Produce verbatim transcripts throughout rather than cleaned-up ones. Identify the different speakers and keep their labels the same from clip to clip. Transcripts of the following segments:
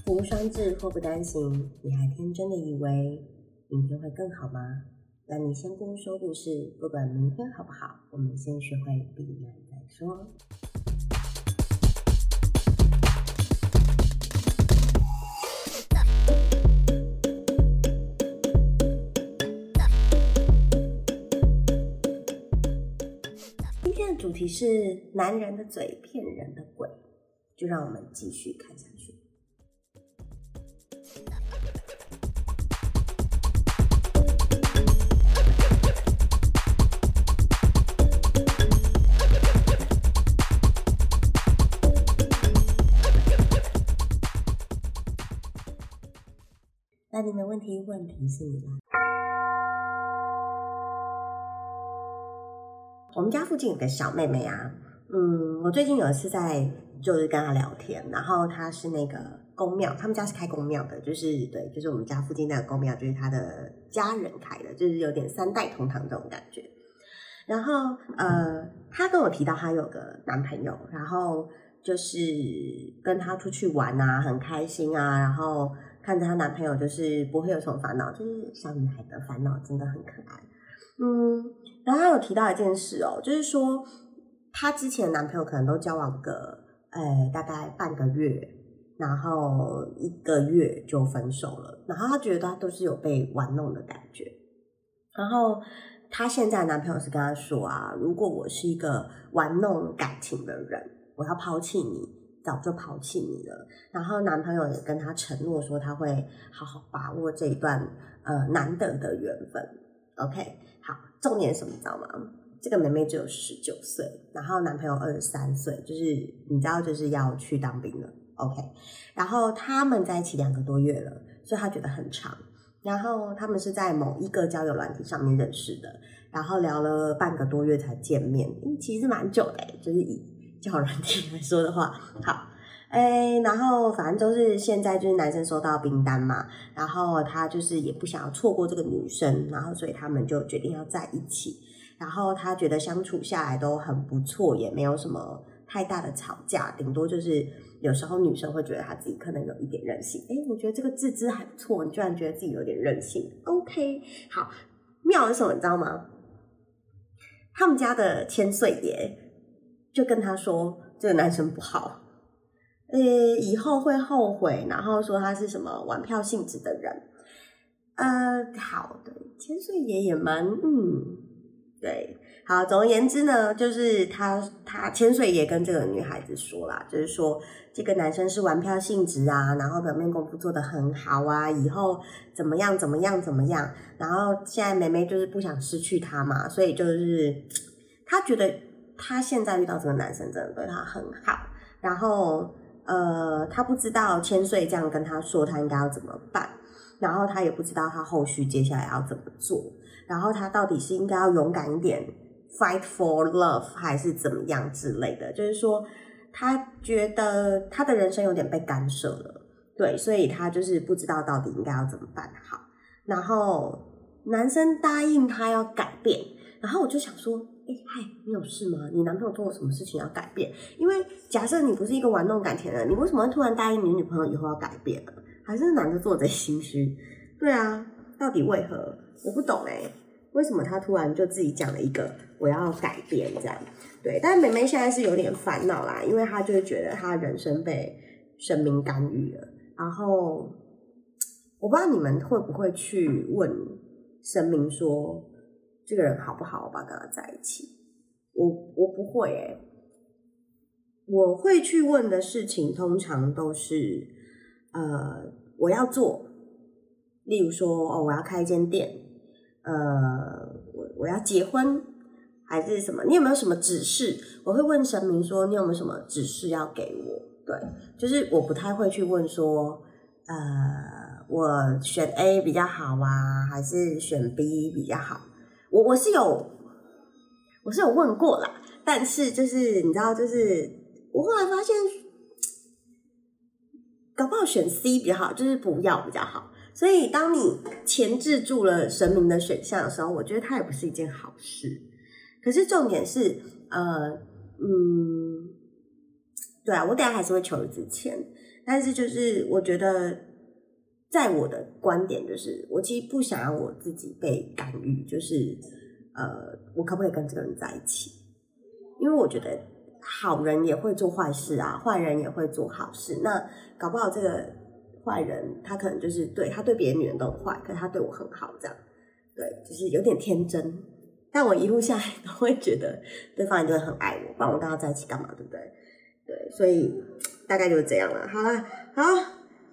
Speaker 1: 福无双至，祸不单行。你还天真的以为明天会更好吗？那你先不说故事，不管明天好不好，我们先学会避难再说。今天的主题是男人的嘴骗人的鬼，就让我们继续看下去。那你的问题，问题是你吧？我们家附近有个小妹妹啊，嗯，我最近有一次在就是跟她聊天，然后她是那个宫庙，他们家是开宫庙的，就是对，就是我们家附近那个宫庙，就是她的家人开的，就是有点三代同堂这种感觉。然后呃，她跟我提到她有个男朋友，然后就是跟她出去玩啊，很开心啊，然后看着她男朋友就是不会有什么烦恼，就是小女孩的烦恼真的很可爱。嗯，然后她有提到一件事哦，就是说她之前的男朋友可能都交往个呃大概半个月，然后一个月就分手了，然后她觉得她都是有被玩弄的感觉。然后她现在的男朋友是跟她说啊，如果我是一个玩弄感情的人，我要抛弃你，早就抛弃你了。然后男朋友也跟她承诺说，他会好好把握这一段呃难得的缘分。OK， 好，重点是什么你知道吗？这个妹妹只有十九岁，然后男朋友二十三岁，就是你知道就是要去当兵了。OK， 然后他们在一起两个多月了，所以他觉得很长。然后他们是在某一个交友软体上面认识的，然后聊了半个多月才见面，嗯，其实蛮久的，就是以交友软体来说的话，好。哎，然后反正就是现在就是男生收到兵单嘛，然后他就是也不想要错过这个女生，然后所以他们就决定要在一起。然后他觉得相处下来都很不错，也没有什么太大的吵架，顶多就是有时候女生会觉得她自己可能有一点任性。哎，我觉得这个自知还不错，你居然觉得自己有点任性 ，OK， 好，妙的是什么你知道吗？他们家的千岁爷就跟他说这个男生不好。呃，以后会后悔，然后说他是什么玩票性质的人。呃，好的，千岁爷也蛮，嗯，对，好，总而言之呢，就是他他千岁爷跟这个女孩子说啦，就是说这个男生是玩票性质啊，然后表面功夫做得很好啊，以后怎么样怎么样怎么样，然后现在妹妹就是不想失去他嘛，所以就是他觉得他现在遇到这个男生真的对他很好，然后。呃，他不知道千岁这样跟他说他应该要怎么办，然后他也不知道他后续接下来要怎么做，然后他到底是应该要勇敢一点 fight for love 还是怎么样之类的，就是说他觉得他的人生有点被干涉了，对，所以他就是不知道到底应该要怎么办好，然后男生答应他要改变，然后我就想说哎，嗨，你有事吗？你男朋友做了什么事情要改变？因为假设你不是一个玩弄感情的人，你为什么会突然答应你女朋友以后要改变呢？还是男的做贼心虚？对啊，到底为何？我不懂哎、欸，为什么他突然就自己讲了一个我要改变这样？对，但妹妹现在是有点烦恼啦，因为她就会觉得她人生被神明干预了。然后我不知道你们会不会去问神明说。这个人好不好？我把跟他在一起。我我不会诶、欸，我会去问的事情通常都是呃我要做，例如说哦我要开一间店，呃我我要结婚还是什么？你有没有什么指示？我会问神明说你有没有什么指示要给我？对，就是我不太会去问说呃我选 A 比较好啊，还是选 B 比较好？我我是有，我是有问过啦，但是就是你知道，就是我后来发现，搞不好选 C 比较好，就是不要比较好。所以当你钳制住了神明的选项的时候，我觉得它也不是一件好事。可是重点是，呃，嗯，对啊，我等一下还是会求一次签， 但是就是我觉得，在我的观点，就是我其实不想要我自己被干预，就是呃，我可不可以跟这个人在一起？因为我觉得好人也会做坏事啊，坏人也会做好事。那搞不好这个坏人他可能就是对他对别的女人都很坏，可是他对我很好，这样对，就是有点天真。但我一路下来都会觉得对方一定会很爱我，不然我跟他在一起干嘛，对不对？对，所以大概就是这样了。好啦，好。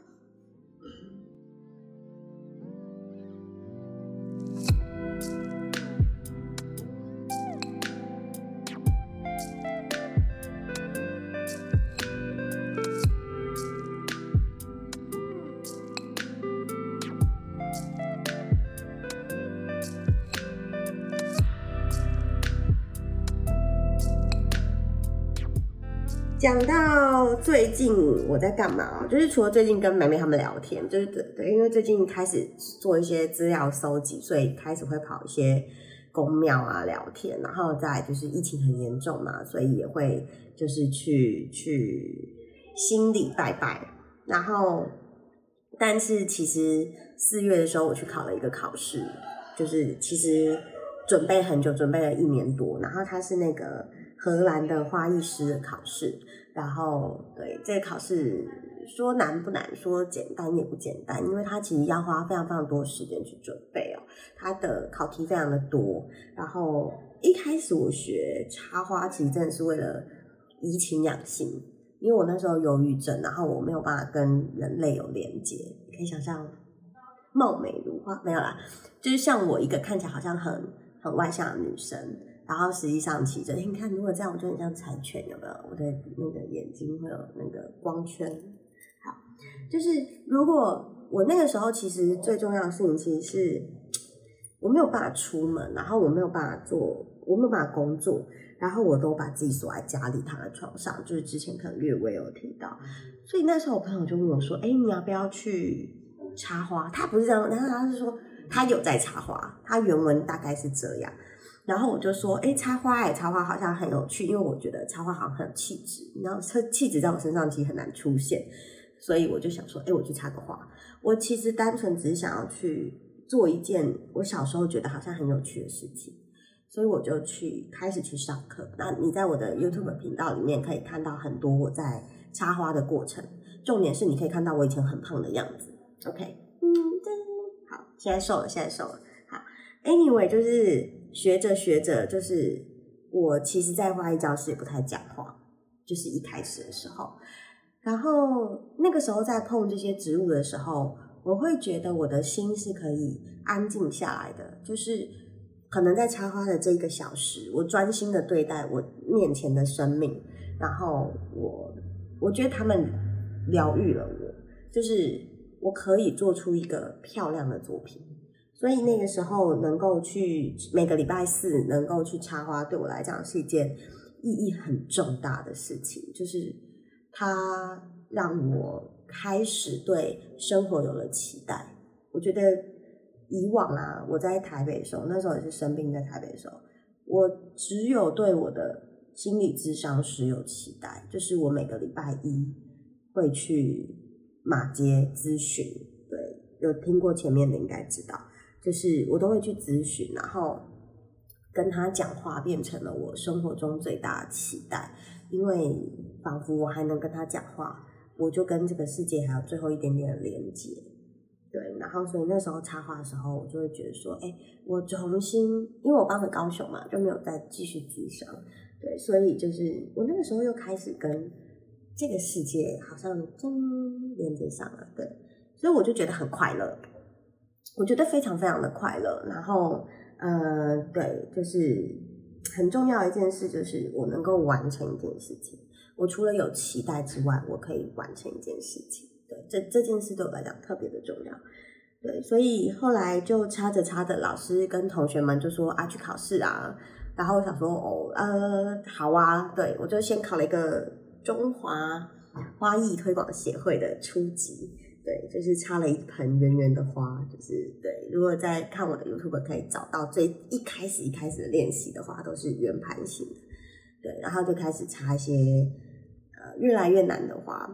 Speaker 1: 讲到最近我在干嘛，就是除了最近跟妹妹他们聊天，就是对对，因为最近开始做一些资料搜集，所以开始会跑一些宫庙啊聊天，然后再来就是疫情很严重嘛，所以也会就是去去心里拜拜，然后但是其实四月的时候我去考了一个考试，就是其实准备很久，准备了一年多，然后它是那个荷兰的花艺师的考试，然后对这个考试说难不难，说简单也不简单，因为它其实要花非常非常多时间去准备哦，它的考题非常的多。然后一开始我学插花，其实真的是为了怡情养性，因为我那时候忧郁症，然后我没有办法跟人类有连接，你可以想象貌美如花，没有啦，就是像我一个看起来好像很很外向的女生。然后实际上其实你看如果这样我就很像柴犬，有没有？我的那个眼睛会有那个光圈。好，就是如果我那个时候其实最重要的事情其实是我没有办法出门，然后我没有办法做，我没有办法工作，然后我都把自己锁在家里躺在床上，就是之前可能略微有提到。所以那时候我朋友就问我说，哎，你要不要去插花？他不是这样，然后他是说他有在插花，他原文大概是这样。然后我就说，哎，插花哎，插花好像很有趣，因为我觉得插花好像很有气质，你知道，气质在我身上其实很难出现，所以我就想说，哎，我去插个花。我其实单纯只是想要去做一件我小时候觉得好像很有趣的事情，所以我就去开始去上课。那你在我的 YouTube 频道里面可以看到很多我在插花的过程，重点是你可以看到我以前很胖的样子。OK， 嗯，好，现在瘦了，现在瘦了。好 ，Anyway， 就是。学着学着，就是我其实在花艺教室也不太讲话，就是一开始的时候，然后那个时候在碰这些植物的时候，我会觉得我的心是可以安静下来的，就是可能在插花的这一个小时，我专心的对待我面前的生命，然后我我觉得他们疗愈了我，就是我可以做出一个漂亮的作品。所以那个时候能够去每个礼拜四能够去插花，对我来讲是一件意义很重大的事情，就是它让我开始对生活有了期待。我觉得以往啊，我在台北的时候，那时候也是生病在台北的时候，我只有对我的心理咨商师有期待，就是我每个礼拜一会去马街咨询，对，有听过前面的应该知道。就是我都会去咨询，然后跟他讲话变成了我生活中最大的期待，因为仿佛我还能跟他讲话，我就跟这个世界还有最后一点点的连接。对，然后所以那时候插花的时候，我就会觉得说，哎，我重新，因为我搬回高雄嘛，就没有再继续咨商，对，所以就是我那个时候又开始跟这个世界好像真连接上了，对，所以我就觉得很快乐。我觉得非常非常的快乐，然后呃，对，就是很重要的一件事，就是我能够完成一件事情。我除了有期待之外，我可以完成一件事情。对，这这件事对我来讲特别的重要。对，所以后来就插着插着，老师跟同学们就说啊，去考试啊。然后我想说，哦，呃，好啊，对，我就先考了一个中华花艺推广协会的初级。对，就是插了一盆圆圆的花，就是对。如果在看我的 YouTube 可以找到最一开始一开始的练习的话，都是圆盘型的。对，然后就开始插一些呃越来越难的花。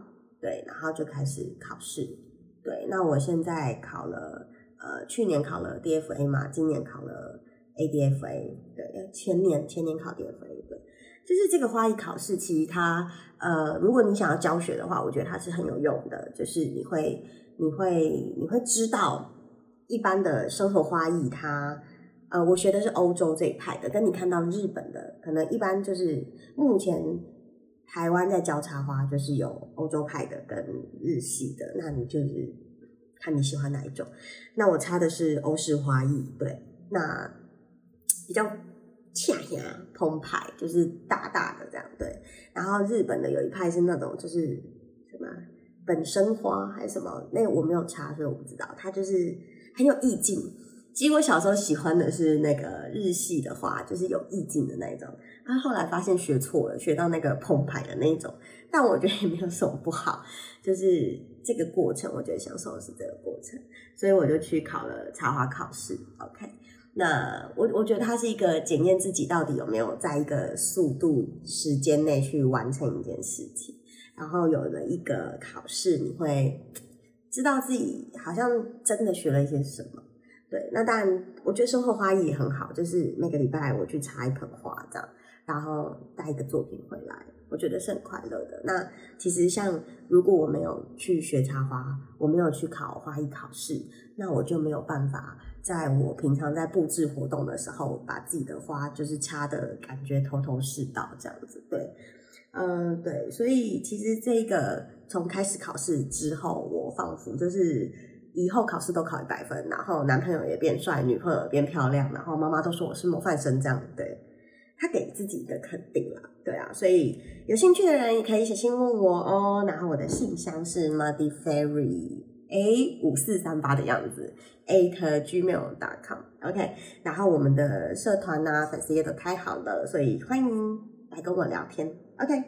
Speaker 1: 对，然后就开始考试。对，那我现在考了，呃，去年考了 D F A 嘛，今年考了 A D F A， 对，前年前年考 D F A， 对，就是这个花艺考试，其实它，呃，如果你想要教学的话，我觉得它是很有用的，就是你会你会你会知道一般的生活花艺它。呃，我学的是欧洲这一派的，跟你看到日本的，可能一般就是目前台湾在教插花，就是有欧洲派的跟日系的，那你就是看你喜欢哪一种。那我插的是欧式花艺，对，那比较恰呀澎湃，就是大大的这样，对。然后日本的有一派是那种就是什么本身花还是什么，那个我没有插，所以我不知道，它就是很有意境。其实我小时候喜欢的是那个日系的花，就是有意境的那一种。但后来发现学错了，学到那个澎湃的那一种。但我觉得也没有什么不好，就是这个过程，我觉得享受的是这个过程，所以我就去考了插花考试。OK， 那我我觉得它是一个检验自己到底有没有在一个速度时间内去完成一件事情。然后有了一个考试，你会知道自己好像真的学了一些什么。对，那当然，我觉得生活花艺也很好，就是每个礼拜我去插一盆花这样，然后带一个作品回来，我觉得是很快乐的。那其实像如果我没有去学插花，我没有去考花艺考试，那我就没有办法在我平常在布置活动的时候，把自己的花就是插的感觉头头是道这样子。对，嗯，对，所以其实这个从开始考试之后，我仿佛就是以后考试都考一百分，然后男朋友也变帅，女朋友也变漂亮，然后妈妈都说我是模范生这样。对，他给自己一个肯定啦，对啊，所以有兴趣的人也可以写信问我哦。然后我的信箱是 muddy fairy a 五四三八的样子 at gmail dot com。OK， 然后我们的社团啊粉丝页都开好了，所以欢迎来跟我聊天。OK。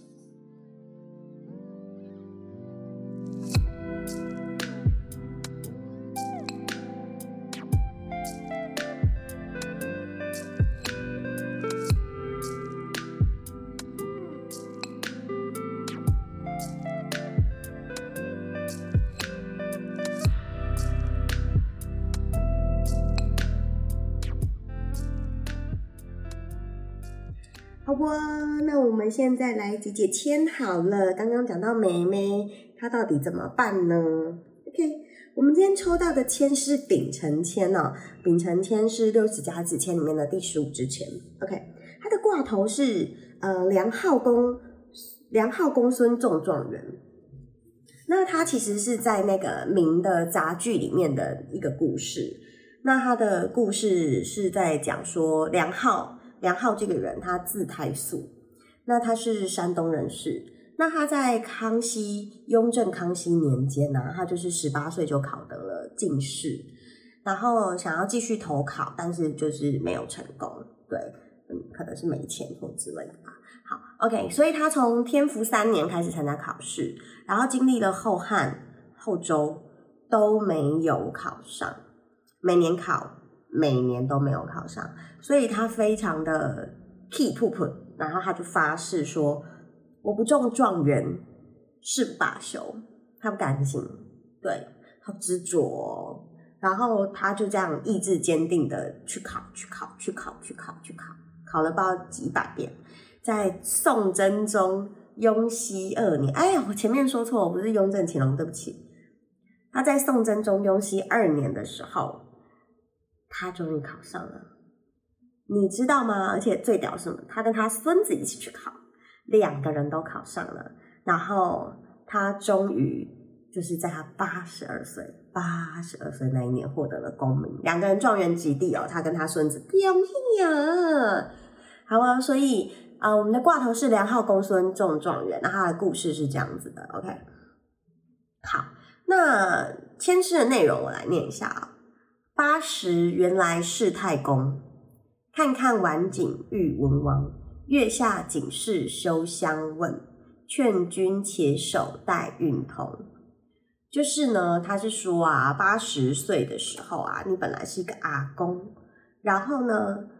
Speaker 1: 好吧，那我们现在来解解签好了。刚刚讲到妹妹，她到底怎么办呢 ？OK， 我们今天抽到的签是丙辰签哦，丙辰签是六十甲子签里面的第十五支签。OK， 它的挂头是呃梁浩公梁浩公孙仲状元。那它其实是在那个明的杂剧里面的一个故事。那它的故事是在讲说梁浩。梁浩这个人，他字太素，那他是山东人士。那他在康熙雍正康熙年间呢、啊，他就是十八岁就考得了进士，然后想要继续投考，但是就是没有成功。对，嗯，可能是没钱或之类的吧。好 ，OK， 所以他从天福三年开始参加考试，然后经历了后汉、后周都没有考上，每年考。每年都没有考上，所以他非常的气噗噗，然后他就发誓说：“我不中状元誓不罢休。”他不甘心，对，好执着哦。然后他就这样意志坚定的去考，去考，去考，去考，去考，考了不知道几百遍。在宋真宗雍熙二年，哎呀，我前面说错，我不是雍正乾隆，对不起。他在宋真宗雍熙二年的时候。他终于考上了，你知道吗？而且最屌是什么？他跟他孙子一起去考，两个人都考上了。然后他终于就是在他八十二岁，八十二岁那一年获得了功名，两个人状元及第哦。他跟他孙子，恭喜呀！好啊，所以啊、呃，我们的挂头是梁浩公孙中状元，那他的故事是这样子的。OK， 好，那签诗的内容我来念一下啊。八十原来是太公，看看晚景遇文王，月下警示休相问，劝君且守待运通。就是呢，他是说啊，八十岁的时候啊，你本来是一个阿公，然后呢，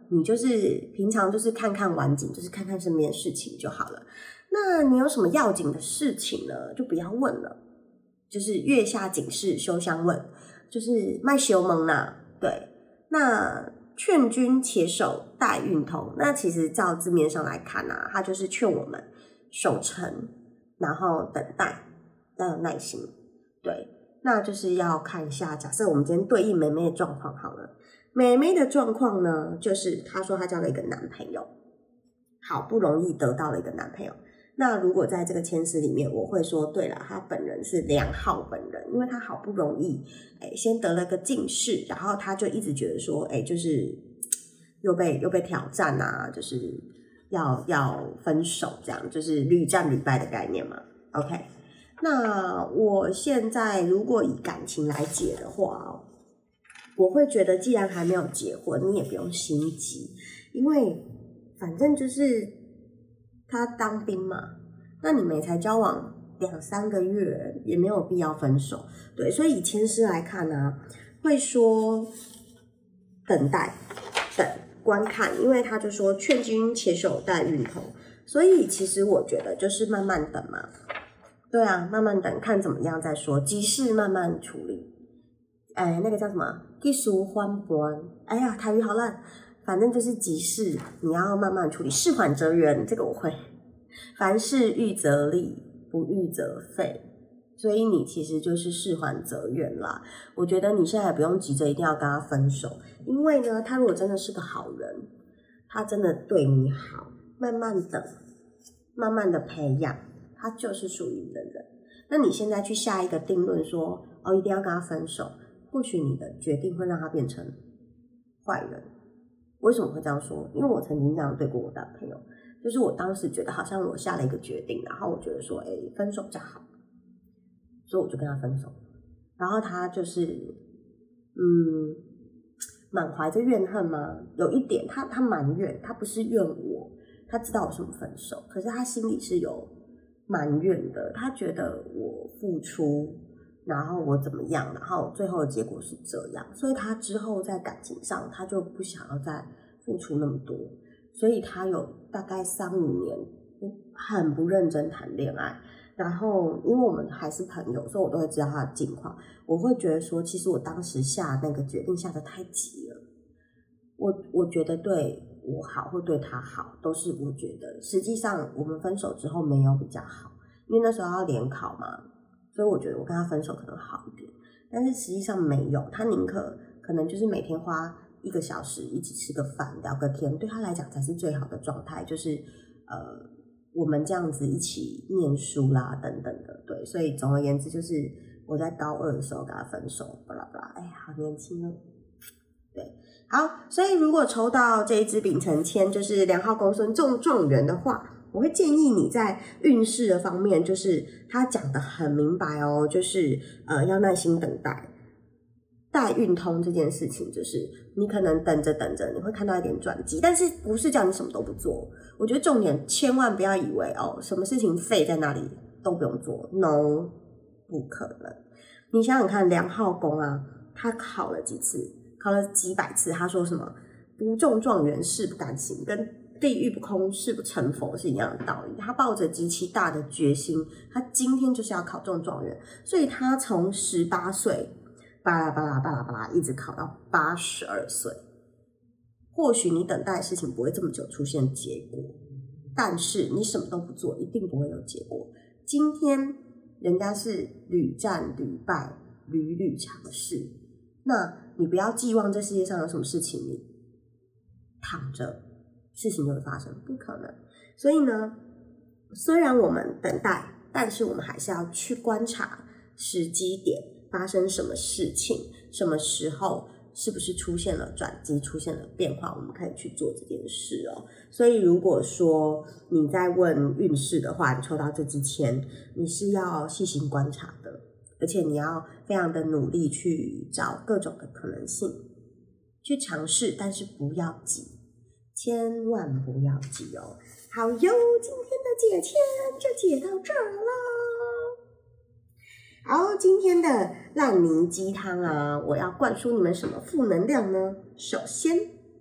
Speaker 1: 你就是平常就是看看晚景，就是看看身边的事情就好了。那你有什么要紧的事情呢，就不要问了，就是月下警示休相问，就是卖修蒙啦。对，那劝君且守待运通，那其实照字面上来看啊，它就是劝我们守成，然后等待，要有耐心。对，那就是要看一下，假设我们今天对应妹妹的状况好了。妹妹的状况呢，就是她说她交了一个男朋友，好不容易得到了一个男朋友。那如果在这个签诗里面，我会说，对了，她本人是梁浩本人，因为她好不容易，哎，先得了个进士，然后她就一直觉得说，哎，就是又被又被挑战啊，就是要要分手，这样就是屡战屡败的概念嘛。OK， 那我现在如果以感情来解的话，我会觉得，既然还没有结婚，你也不用心急，因为反正就是他当兵嘛，那你们也才交往两三个月，也没有必要分手。对，所以以签诗来看呢、啊，会说等待、等观看，因为他就说劝君且守待运通，所以其实我觉得就是慢慢等嘛。对啊，慢慢等，看怎么样再说，急事慢慢处理。哎，那个叫什么？技术缓缓。哎呀，台语好烂，反正就是急事，你要慢慢处理。事缓则圆，这个我会。凡事预则立，不预则废。所以你其实就是事缓则圆啦。我觉得你现在也不用急着一定要跟他分手，因为呢，他如果真的是个好人，他真的对你好，慢慢等，慢慢的培养，他就是属于你的人。那你现在去下一个定论说，哦，一定要跟他分手。或许你的决定会让他变成坏人。为什么会这样说？因为我曾经这样对过我男朋友，就是我当时觉得好像我下了一个决定，然后我觉得说，哎，分手比较好，所以我就跟他分手。然后他就是，嗯，满怀着怨恨吗？有一点，他他埋怨，他不是怨我，他知道我什么分手，可是他心里是有埋怨的，他觉得我付出。然后我怎么样，然后最后的结果是这样，所以他之后在感情上他就不想要再付出那么多，所以他有大概三五年很不认真谈恋爱。然后因为我们还是朋友，所以我都会知道他的近况。我会觉得说，其实我当时下那个决定下得太急了。我我觉得对我好或对他好，都是我觉得实际上我们分手之后没有比较好，因为那时候要联考嘛。所以我觉得我跟他分手可能好一点，但是实际上没有，他宁可可能就是每天花一个小时一起吃个饭聊个天，对他来讲才是最好的状态，就是呃我们这样子一起念书啦等等的。对，所以总而言之就是我在高二的时候跟他分手，巴拉巴拉，哎呀好年轻哦。对，好，所以如果抽到这一支丙辰签，就是梁浩公孙中状元的话，我会建议你在运势的方面，就是他讲得很明白哦，就是呃要耐心等待，待运通这件事情，就是你可能等着等着，你会看到一点转机，但是不是叫你什么都不做。我觉得重点千万不要以为哦，什么事情废在那里都不用做 ，no， 不可能。你想想看，梁浩公啊，他考了几次，考了几百次，他说什么不中状元誓不甘心，跟地狱不空誓不成佛是一样的道理。他抱着极其大的决心，他今天就是要考中状元，所以他从十八岁巴拉巴拉巴拉巴拉一直考到八十二岁。或许你等待的事情不会这么久出现结果，但是你什么都不做，一定不会有结果。今天人家是屡战屡败，屡屡尝试，那你不要寄望这世界上有什么事情你躺着事情就会发生，不可能。所以呢，虽然我们等待，但是我们还是要去观察时机点发生什么事情，什么时候是不是出现了转机，出现了变化，我们可以去做这件事哦。所以如果说你在问运势的话，你抽到这支签，你是要细心观察的，而且你要非常的努力去找各种的可能性，去尝试，但是不要急。千万不要急哦！好哟，今天的解签就解到这儿啦。好，今天的烂泥鸡汤啊，我要灌输你们什么负能量呢？首先，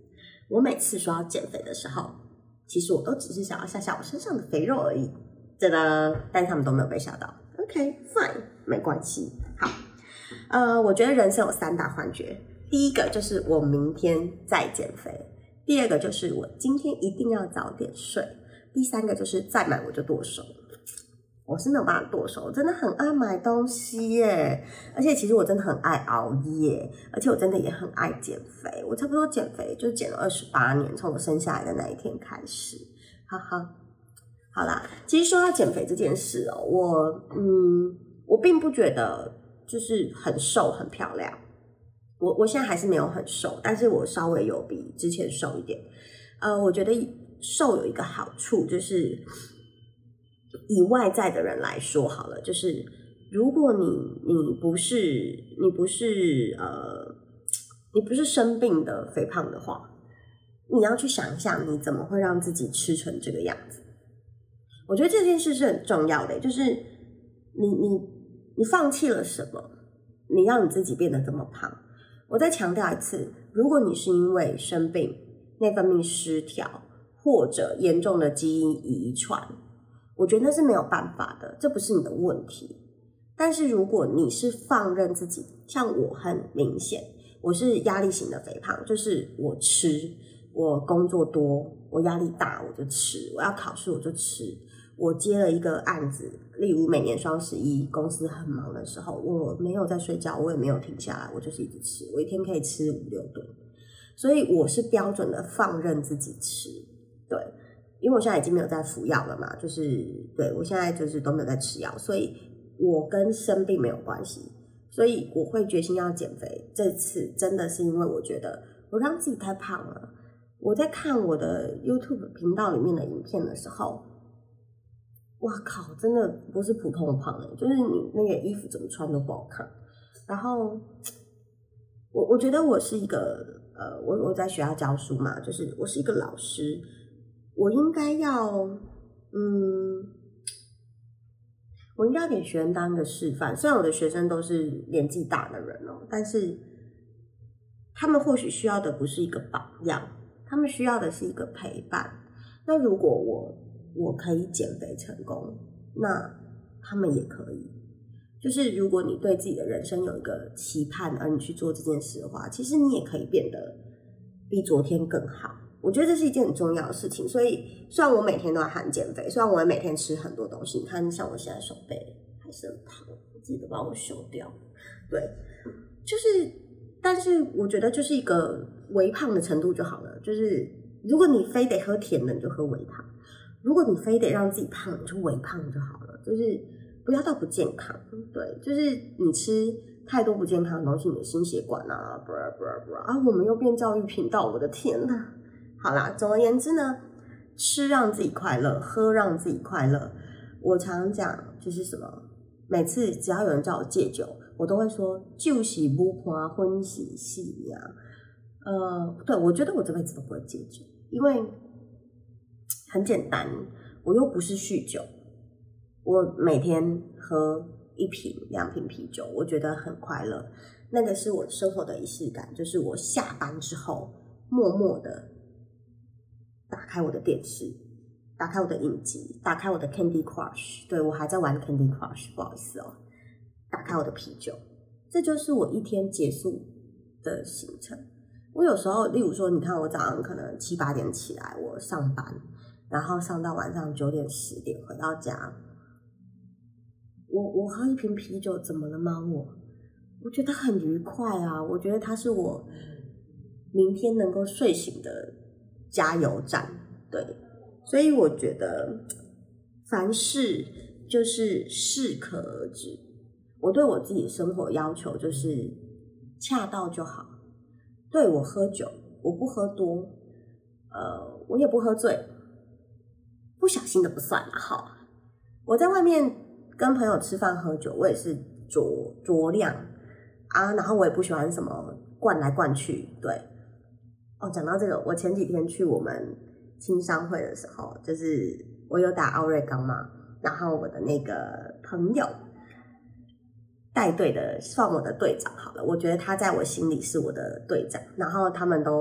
Speaker 1: 我每次说要减肥的时候，其实我都只是想要吓吓我身上的肥肉而已，真的，但是他们都没有被吓到。OK fine， 没关系。好，呃，我觉得人生有三大幻觉，第一个就是我明天再减肥，第二个就是我今天一定要早点睡，第三个就是再买我就剁手。我是没有办法剁手，我真的很爱买东西耶，而且其实我真的很爱熬夜，而且我真的也很爱减肥。我差不多减肥就减了二十八年，从我生下来的那一天开始，哈哈。好啦，其实说到减肥这件事哦，我嗯，我并不觉得就是很瘦很漂亮。我我现在还是没有很瘦，但是我稍微有比之前瘦一点。呃，我觉得瘦有一个好处就是。以外在的人来说好了，就是如果你你不是你不是呃你不是生病的肥胖的话，你要去想一下你怎么会让自己吃成这个样子。我觉得这件事是很重要的，就是你你你放弃了什么，你让你自己变得这么胖。我再强调一次，如果你是因为生病、内分泌失调或者严重的基因遗传，我觉得那是没有办法的，这不是你的问题。但是如果你是放任自己，像我很明显，我是压力型的肥胖，就是我吃，我工作多，我压力大我就吃，我要考试我就吃。我接了一个案子，例如每年双十一公司很忙的时候，我没有在睡觉，我也没有停下来，我就是一直吃，我一天可以吃五六顿。所以我是标准的放任自己吃，对。因为我现在已经没有在服药了嘛，就是对我现在就是都没有在吃药，所以我跟生病没有关系，所以我会决心要减肥。这次真的是因为我觉得我让自己太胖了。我在看我的 YouTube 频道里面的影片的时候，哇靠，真的不是普通的胖欸，就是你那个衣服怎么穿都不好看。然后我我觉得我是一个呃，我我在学校教书嘛，就是我是一个老师。我应该要，嗯，我应该要给学生当一个示范。虽然我的学生都是年纪大的人哦，但是他们或许需要的不是一个榜样，他们需要的是一个陪伴。那如果我我可以减肥成功，那他们也可以。就是如果你对自己的人生有一个期盼，而你去做这件事的话，其实你也可以变得比昨天更好。我觉得这是一件很重要的事情，所以虽然我每天都在喊减肥，虽然我也每天吃很多东西，你看像我现在手背还是很胖，我自己都把我修掉。对，就是，但是我觉得就是一个微胖的程度就好了。就是如果你非得喝甜的，你就喝微糖；如果你非得让自己胖，你就微胖就好了。就是不要到不健康。对，就是你吃太多不健康的东西，你的心血管啊，不不不啊，我们又变教育频道，我的天哪！好啦，总而言之呢，吃让自己快乐，喝让自己快乐。我常讲就是什么，每次只要有人叫我戒酒，我都会说酒是不怕荤是死呀。呃，对，我觉得我这辈子都不会戒酒，因为很简单，我又不是酗酒，我每天喝一瓶两瓶啤酒，我觉得很快乐。那个是我生活的仪式感，就是我下班之后默默的打开我的电视，打开我的影集，打开我的 Candy Crush， 对，我还在玩 Candy Crush， 不好意思哦。打开我的啤酒，这就是我一天结束的行程。我有时候，例如说，你看我早上可能七八点起来，我上班，然后上到晚上九点十点回到家，我我喝一瓶啤酒怎么了吗？我我觉得很愉快啊，我觉得它是我明天能够睡醒的加油站，对，所以我觉得凡事就是适可而止。我对我自己的生活要求就是恰到就好。对，我喝酒，我不喝多，呃，我也不喝醉，不小心的不算啦。好，我在外面跟朋友吃饭喝酒，我也是酌酌量啊，然后我也不喜欢什么灌来灌去，对。哦，讲到这个，我前几天去我们青商会的时候，就是我有打奥瑞冈嘛，然后我的那个朋友带队的，算我的队长好了，我觉得他在我心里是我的队长，然后他们都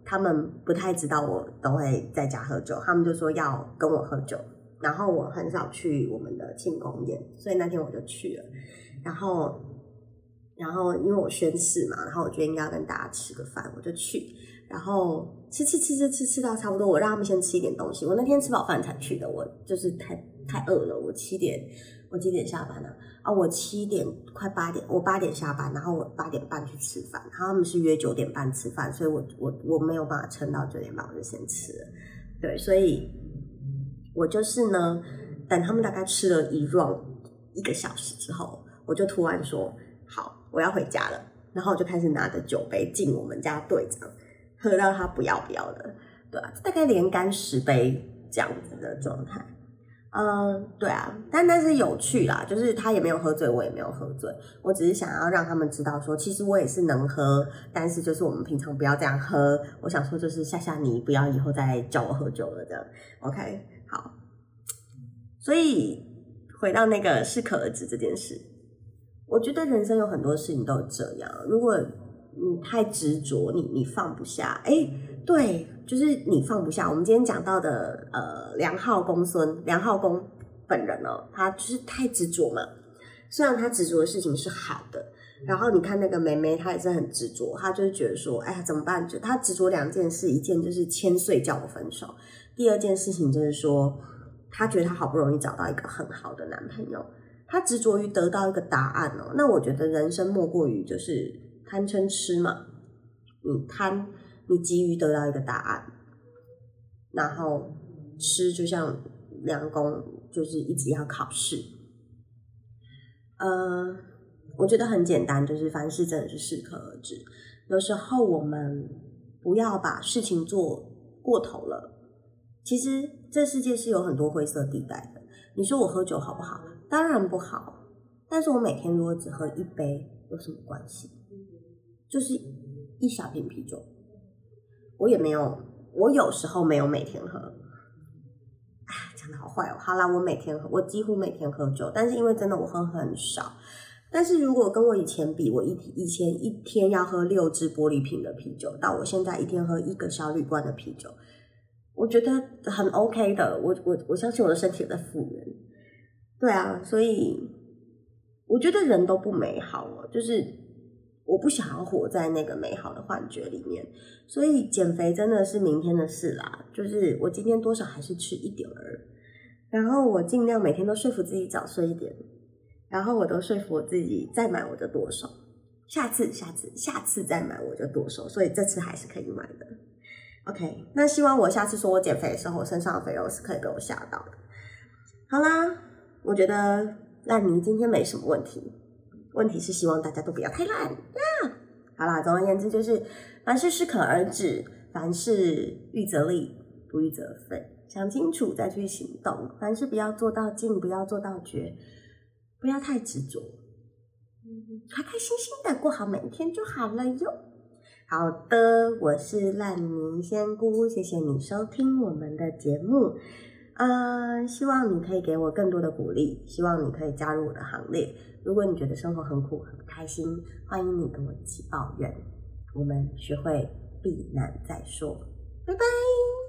Speaker 1: 他们不太知道我都会在家喝酒，他们就说要跟我喝酒，然后我很少去我们的庆功宴，所以那天我就去了，然后然后因为我宣誓嘛，然后我觉得应该要跟大家吃个饭，我就去，然后吃吃吃吃吃吃到差不多，我让他们先吃一点东西，我那天吃饱饭才去的，我就是太太饿了，我七点我几点下班呢、啊？啊，我七点快八点，我八点下班，然后我八点半去吃饭，然后他们是约九点半吃饭，所以我我我没有办法撑到九点半，我就先吃了。对，所以我就是呢，等他们大概吃了一 round 一个小时之后，我就突然说好，我要回家了，然后我就开始拿着酒杯敬我们家队长，喝到他不要不要的，对啊，大概连干十杯这样子的状态。嗯，对啊，但但是有趣啦，就是他也没有喝醉，我也没有喝醉，我只是想要让他们知道说，其实我也是能喝，但是就是我们平常不要这样喝。我想说就是吓吓你，不要以后再叫我喝酒了，这样 OK 好。所以回到那个适可而止这件事，我觉得人生有很多事情都有这样，如果你太执着，你你放不下，哎，对，就是你放不下。我们今天讲到的呃梁浩公孙，梁浩公本人哦，他就是太执着嘛。虽然他执着的事情是好的，然后你看那个妹妹，她也是很执着，她就是觉得说，哎呀怎么办？就她执着两件事，一件就是千岁叫我分手，第二件事情就是说，她觉得她好不容易找到一个很好的男朋友，她执着于得到一个答案哦。那我觉得人生莫过于就是贪嗔痴嘛，你贪，你急于得到一个答案，然后吃就像梁公就是一直要考试，呃，我觉得很简单，就是凡事真的是适可而止。有时候我们不要把事情做过头了。其实这世界是有很多灰色地带的。你说我喝酒好不好？当然不好，但是我每天如果只喝一杯有什么关系？就是一小瓶啤酒，我也没有，我有时候没有每天喝。啊，讲得好坏哦。好啦，我每天喝，我几乎每天喝酒，但是因为真的我喝很少。但是如果跟我以前比，我以以前一天要喝六支玻璃瓶的啤酒，到我现在一天喝一个小铝罐的啤酒，我觉得很 OK 的。我我我相信我的身体有在复原。对啊，所以我觉得人都不美好哦，就是我不想要活在那个美好的幻觉里面。所以减肥真的是明天的事啦，就是我今天多少还是吃一点儿，然后我尽量每天都说服自己早睡一点，然后我都说服我自己再买我就剁手，下次下次下次再买我就剁手，所以这次还是可以买的。OK， 那希望我下次说我减肥的时候，我身上的肥肉是可以被我吓到的。好啦，我觉得烂泥今天没什么问题，问题是希望大家都不要太烂呀。好啦，总而言之就是凡事适可而止，凡事预则立，不预则废，想清楚再去行动，凡事不要做到尽，不要做到绝，不要太执着，开开心心的过好每一天就好了哟。好的，我是烂泥仙姑，谢谢你收听我们的节目。呃，希望你可以给我更多的鼓励，希望你可以加入我的行列。如果你觉得生活很苦很不开心，欢迎你跟我一起抱怨，我们学会避难再说。拜拜。